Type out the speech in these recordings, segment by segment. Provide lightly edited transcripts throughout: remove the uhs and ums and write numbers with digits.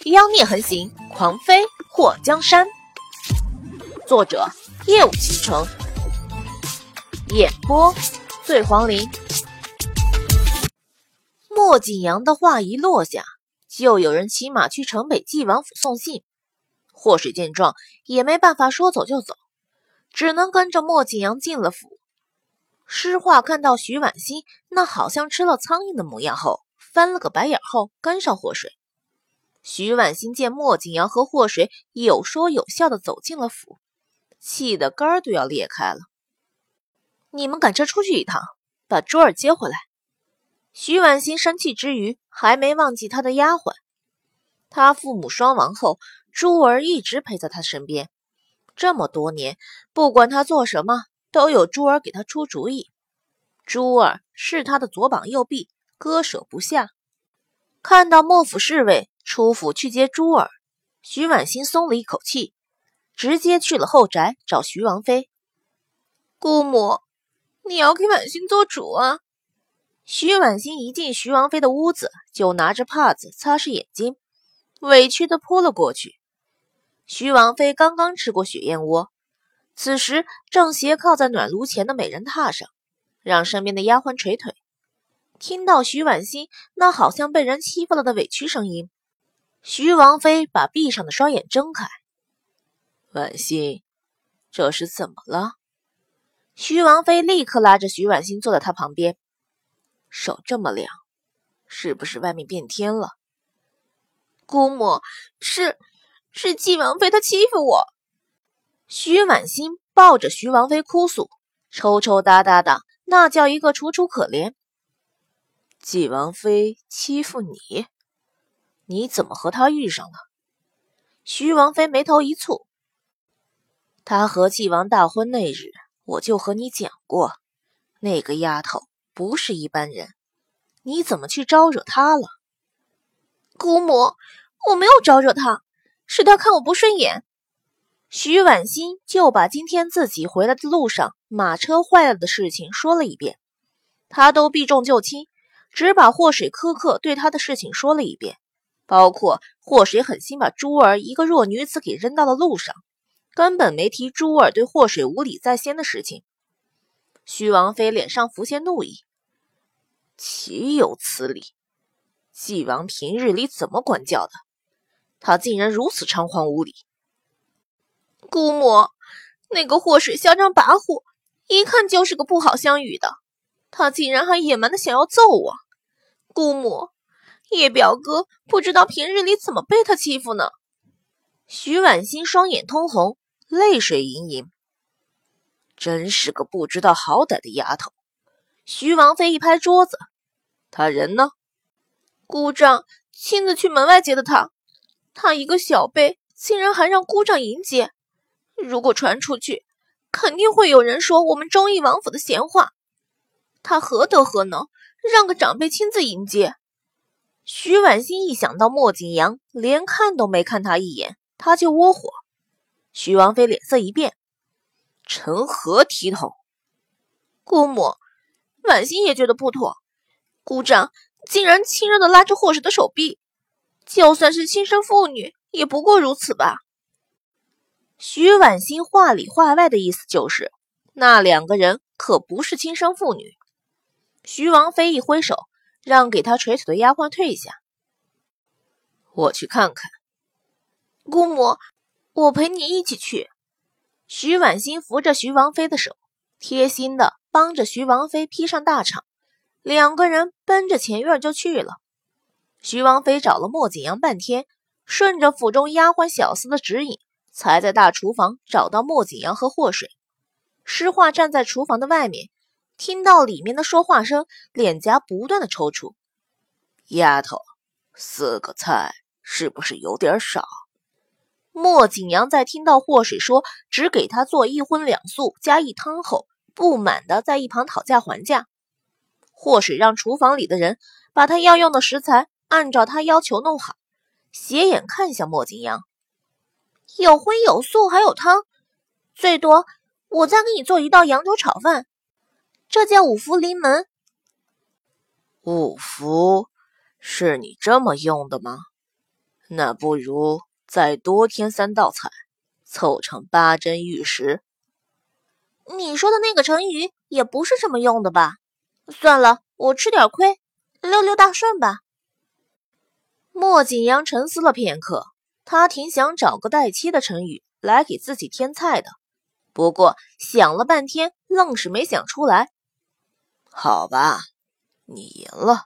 妖孽横行，狂飞祸江山。作者：夜舞倾城，演播：醉黄林。莫景阳的话一落下，就有人骑马去城北纪王府送信。祸水见状，也没办法说走就走，只能跟着莫景阳进了府。诗画看到徐婉欣那好像吃了苍蝇的模样后，翻了个白眼后跟上祸水。徐婉欣见莫景阳和祸水有说有笑地走进了府，气得肝儿都要裂开了。你们赶车出去一趟，把珠儿接回来。徐婉欣生气之余，还没忘记她的丫鬟。她父母双亡后，珠儿一直陪在她身边，这么多年，不管她做什么，都有珠儿给她出主意。珠儿是她的左膀右臂，割舍不下。看到莫府侍卫出府去接珠儿，徐婉欣松了一口气，直接去了后宅找徐王妃。姑母，你要给婉欣做主啊！徐婉欣一进徐王妃的屋子，就拿着帕子擦拭眼睛，委屈地扑了过去。徐王妃刚刚吃过雪燕窝，此时正斜靠在暖炉前的美人榻上，让身边的丫鬟捶腿。听到徐婉欣那好像被人欺负了的委屈声音，徐王妃把闭上的双眼睁开。婉欣，这是怎么了？徐王妃立刻拉着徐婉欣坐在她旁边，手这么凉，是不是外面变天了？姑母，是纪王妃她欺负我。徐婉欣抱着徐王妃哭诉，抽抽搭搭的，那叫一个楚楚可怜。纪王妃欺负你？你怎么和她遇上了？徐王妃眉头一蹙。她和纪王大婚那日，我就和你讲过，那个丫头不是一般人，你怎么去招惹她了？姑母，我没有招惹她，是她看我不顺眼。徐婉欣就把今天自己回来的路上马车坏了的事情说了一遍，她都避重就轻，只把祸水苛刻对她的事情说了一遍，包括祸水狠心把珠儿一个弱女子给扔到了路上，根本没提珠儿对祸水无礼在先的事情。徐王妃脸上浮现怒意，岂有此理！纪王平日里怎么管教的？他竟然如此猖狂无礼！姑母，那个祸水嚣张跋扈，一看就是个不好相与的，他竟然还野蛮的想要揍我。姑母，叶表哥不知道平日里怎么被他欺负呢。徐婉欣双眼通红，泪水盈盈，真是个不知道好歹的丫头。徐王妃一拍桌子，他人呢？姑丈亲自去门外接的他，他一个小辈竟然还让姑丈迎接，如果传出去，肯定会有人说我们忠义王府的闲话。他何德何能让个长辈亲自迎接？徐婉欣一想到莫景阳连看都没看他一眼，他就窝火。徐王妃脸色一变，成何体统？姑母，婉欣也觉得不妥，姑丈竟然亲热地拉着祸水的手臂，就算是亲生父女，也不过如此吧。徐婉欣话里话外的意思就是，那两个人可不是亲生父女。徐王妃一挥手，让给他捶腿的丫鬟退下。我去看看。姑母，我陪你一起去。徐婉欣扶着徐王妃的手，贴心的帮着徐王妃披上大氅，两个人奔着前院就去了。徐王妃找了莫景阳半天，顺着府中丫鬟小厮的指引，才在大厨房找到莫景阳和祸水。诗画站在厨房的外面，听到里面的说话声，脸颊不断的抽搐。丫头，4个菜是不是有点少？莫景阳在听到祸水说只给他做1荤2素加1汤后，不满的在一旁讨价还价。祸水让厨房里的人把他要用的食材按照他要求弄好，斜眼看向莫景阳，有荤有素还有汤，最多我再给你做1道扬州炒饭，这叫五福临门。五福是你这么用的吗？ 那不如再多添3道菜，凑成8珍玉食。 你说的那个成语也不是这么用的吧？算了，我吃点亏，溜溜大顺吧。 莫景阳沉思了片刻，他挺想找个带切的成语来给自己添菜的，不过想了半天，愣是没想出来。好吧，你赢了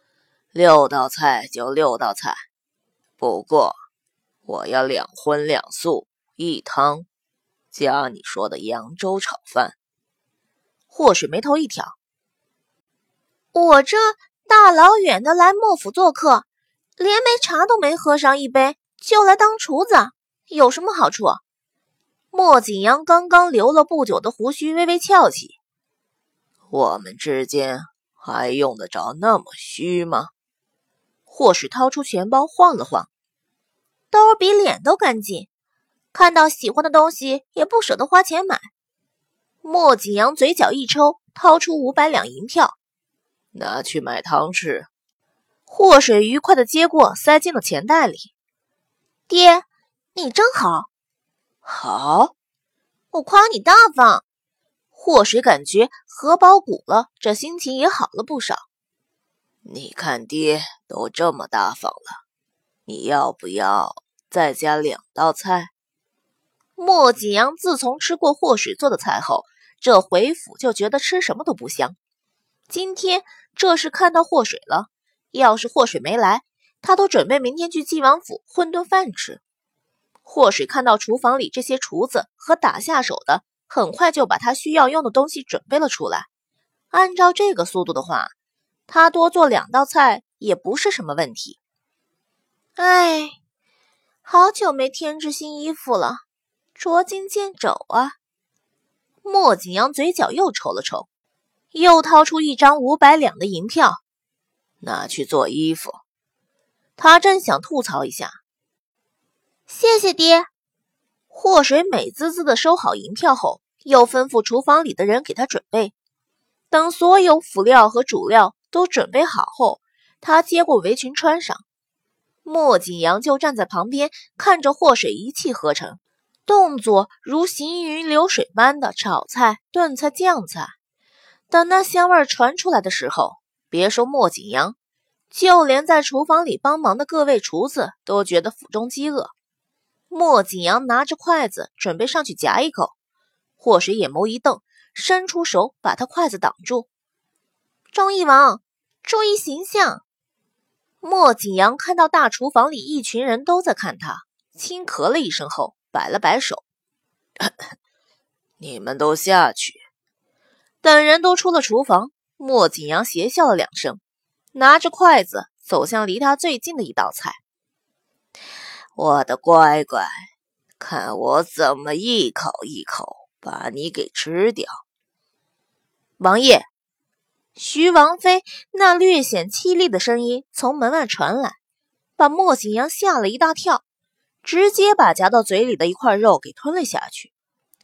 ，6道菜就6道菜，不过我要2荤2素1汤，加你说的扬州炒饭。祸水眉头一挑， 我这大老远的来莫府做客，连杯茶都没喝上一杯，就来当厨子，有什么好处？ 莫景阳刚刚留了不久的胡须微微翘起。我们之间还用得着那么虚吗？祸水掏出钱包晃了晃， 兜比脸都干净，看到喜欢的东西也不舍得花钱买。 莫景阳嘴角一抽，掏出500两银票，拿去买汤吃。祸水愉快地接过，塞进了钱袋里。 爹，你真好。 好， 我夸你大方。 祸水感觉荷包鼓了，这心情也好了不少。你看爹都这么大方了，你要不要再加2道菜？莫景阳自从吃过祸水做的菜后，这回府就觉得吃什么都不香。今天这是看到祸水了，要是祸水没来，他都准备明天去纪王府混顿饭吃。祸水看到厨房里这些厨子和打下手的，很快就把他需要用的东西准备了出来。按照这个速度的话，他多做2道菜也不是什么问题。 哎，好久没添置新衣服了，捉襟见肘啊。 莫景阳嘴角又抽了抽，又掏出1张500两的银票，拿去做衣服。他正想吐槽一下， 谢谢爹。 祸水美滋滋地收好银票后，又吩咐厨房里的人给他准备。等所有辅料和主料都准备好后，他接过围裙穿上。莫景阳就站在旁边，看着祸水一气呵成，动作如行云流水般的炒菜、炖菜、酱菜。等那香味传出来的时候，别说莫景阳，就连在厨房里帮忙的各位厨子都觉得腹中饥饿。莫景阳拿着筷子准备上去夹一口，祸水眼眸一瞪，伸出手把他筷子挡住。 钟义王，注意形象。 莫景阳看到大厨房里一群人都在看他，轻咳了一声后摆了摆手你们都下去。等人都出了厨房，莫景阳邪笑了2声，拿着筷子走向离他最近的一道菜。我的乖乖，看我怎么一口一口把你给吃掉。王爷，徐王妃那略显凄厉的声音从门外传来，把莫景阳吓了一大跳，直接把夹到嘴里的一块肉给吞了下去。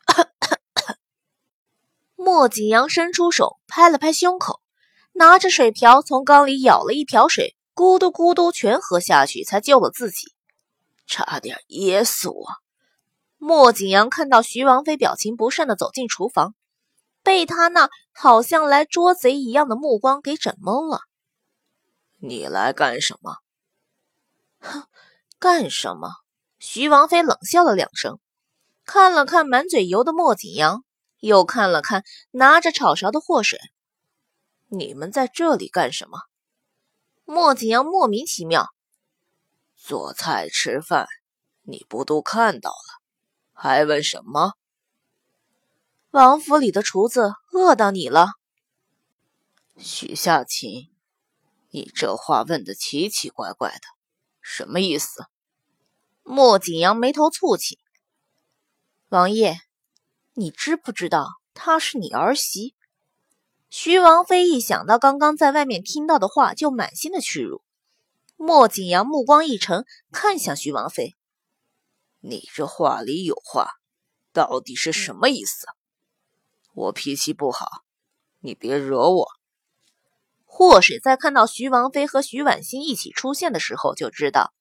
莫景阳伸出手拍了拍胸口，拿着水瓢从缸里舀了一瓢水，咕嘟咕嘟全喝下去，才救了自己。差点噎死我！莫景阳看到徐王妃表情不善地走进厨房，被他那好像来捉贼一样的目光给整懵了。你来干什么？哼，干什么？徐王妃冷笑了2声，看了看满嘴油的莫景阳，又看了看拿着炒勺的祸水。你们在这里干什么？莫景阳莫名其妙。做菜吃饭，你不都看到了，还问什么？王府里的厨子饿到你了？许夏琴，你这话问得奇奇怪怪的，什么意思？莫景阳眉头蹙起。王爷，你知不知道她是你儿媳？徐王妃一想到刚刚在外面听到的话，就满心的屈辱。莫景阳目光一沉，看向徐王妃：“你这话里有话，到底是什么意思？我脾气不好，你别惹我。”祸水在看到徐王妃和徐婉欣一起出现的时候，就知道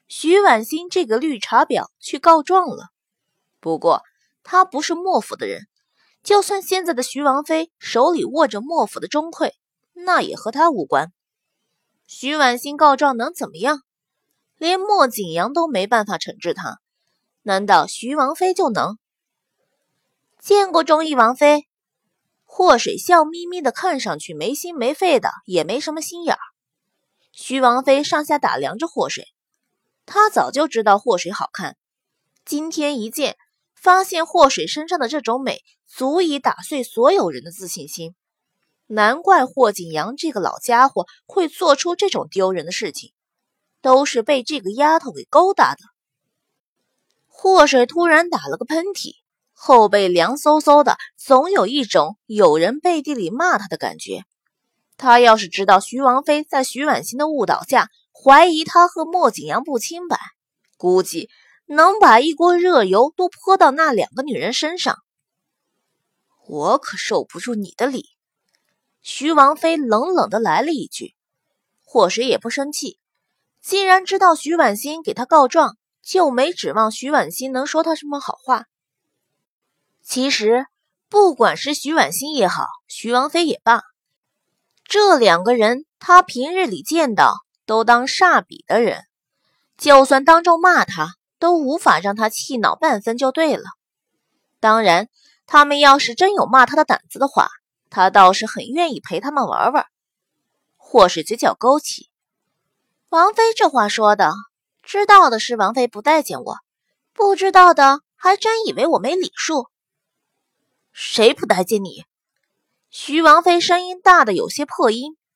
徐婉欣这个绿茶婊去告状了。不过她不是莫府的人，就算现在的徐王妃手里握着莫府的钟馗，那也和她无关。徐婉欣告状能怎么样？连莫景阳都没办法惩治她，难道徐王妃就能？ 见过忠义王妃。 祸水笑眯眯的，看上去没心没肺的，也没什么心眼儿。徐王妃上下打量着祸水，她早就知道祸水好看，今天一见，发现祸水身上的这种美足以打碎所有人的自信心。难怪霍景阳这个老家伙会做出这种丢人的事情，都是被这个丫头给勾搭的。祸水突然打了个喷嚏，后背凉飕飕的，总有一种有人背地里骂他的感觉。他要是知道徐王妃在徐婉欣的误导下怀疑他和莫景阳不清白，估计能把一锅热油都泼到那两个女人身上。我可受不住你的礼。徐王妃冷冷地来了一句。祸水也不生气，既然知道徐婉欣给他告状，就没指望徐婉欣能说他什么好话。其实不管是徐婉欣也好，徐王妃也罢，这两个人他平日里见到都当煞笔的人，就算当众骂他，都无法让他气恼半分就对了。当然，他们要是真有骂他的胆子的话，他倒是很愿意陪他们玩玩。或是嘴角勾起， 王妃这话说的，知道的是王妃不待见我，不知道的还真以为我没礼数。 谁不待见你？徐王妃声音大的有些破音，